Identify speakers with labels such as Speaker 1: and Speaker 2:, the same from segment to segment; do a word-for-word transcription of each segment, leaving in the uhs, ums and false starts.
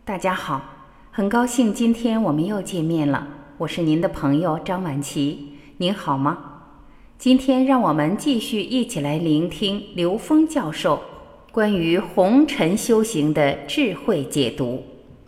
Speaker 1: 大家好，很高兴今天我们又见面了，我是您的朋友张婉琪，您好吗？今天让我们继续一起来聆听刘峰教授关于红尘修行的智慧解读。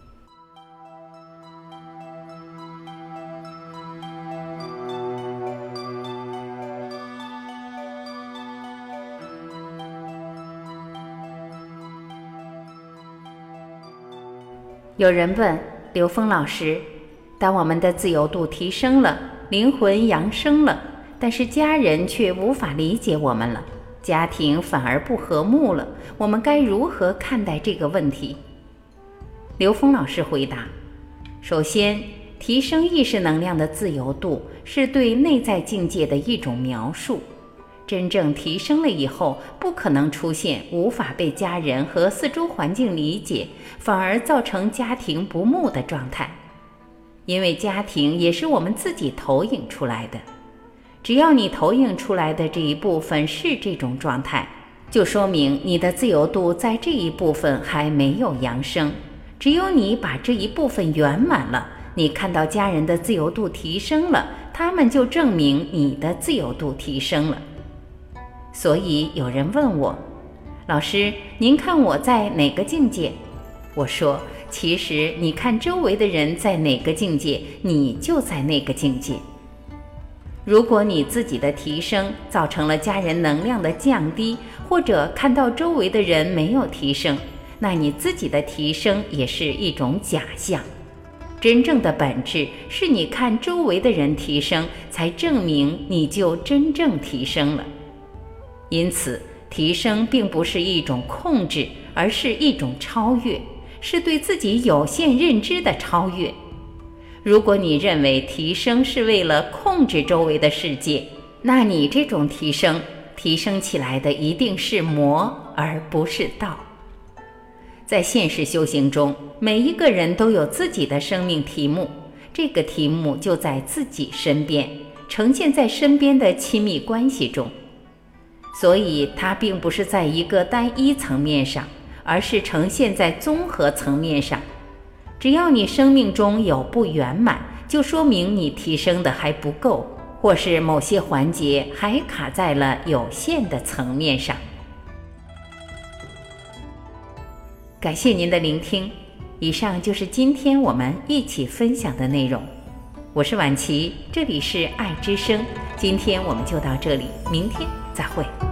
Speaker 1: 有人问刘峰老师，当我们的自由度提升了，灵魂扬升了，但是家人却无法理解我们了，家庭反而不和睦了，我们该如何看待这个问题？刘峰老师回答，首先，提升意识能量的自由度是对内在境界的一种描述，真正提升了以后，不可能出现无法被家人和四周环境理解，反而造成家庭不睦的状态。因为家庭也是我们自己投影出来的，只要你投影出来的这一部分是这种状态，就说明你的自由度在这一部分还没有扬升。只有你把这一部分圆满了，你看到家人的自由度提升了，他们就证明你的自由度提升了。所以有人问我，老师，您看我在哪个境界？我说，其实你看周围的人在哪个境界，你就在那个境界。如果你自己的提升造成了家人能量的降低，或者看到周围的人没有提升，那你自己的提升也是一种假象。真正的本质是你看周围的人提升，才证明你就真正提升了。因此，提升并不是一种控制，而是一种超越，是对自己有限认知的超越。如果你认为提升是为了控制周围的世界，那你这种提升，提升起来的一定是魔，而不是道。在现实修行中，每一个人都有自己的生命题目，这个题目就在自己身边，呈现在身边的亲密关系中。所以它并不是在一个单一层面上，而是呈现在综合层面上。只要你生命中有不圆满，就说明你提升的还不够，或是某些环节还卡在了有限的层面上。感谢您的聆听，以上就是今天我们一起分享的内容。我是婉琪，这里是爱之声，今天我们就到这里，明天再会。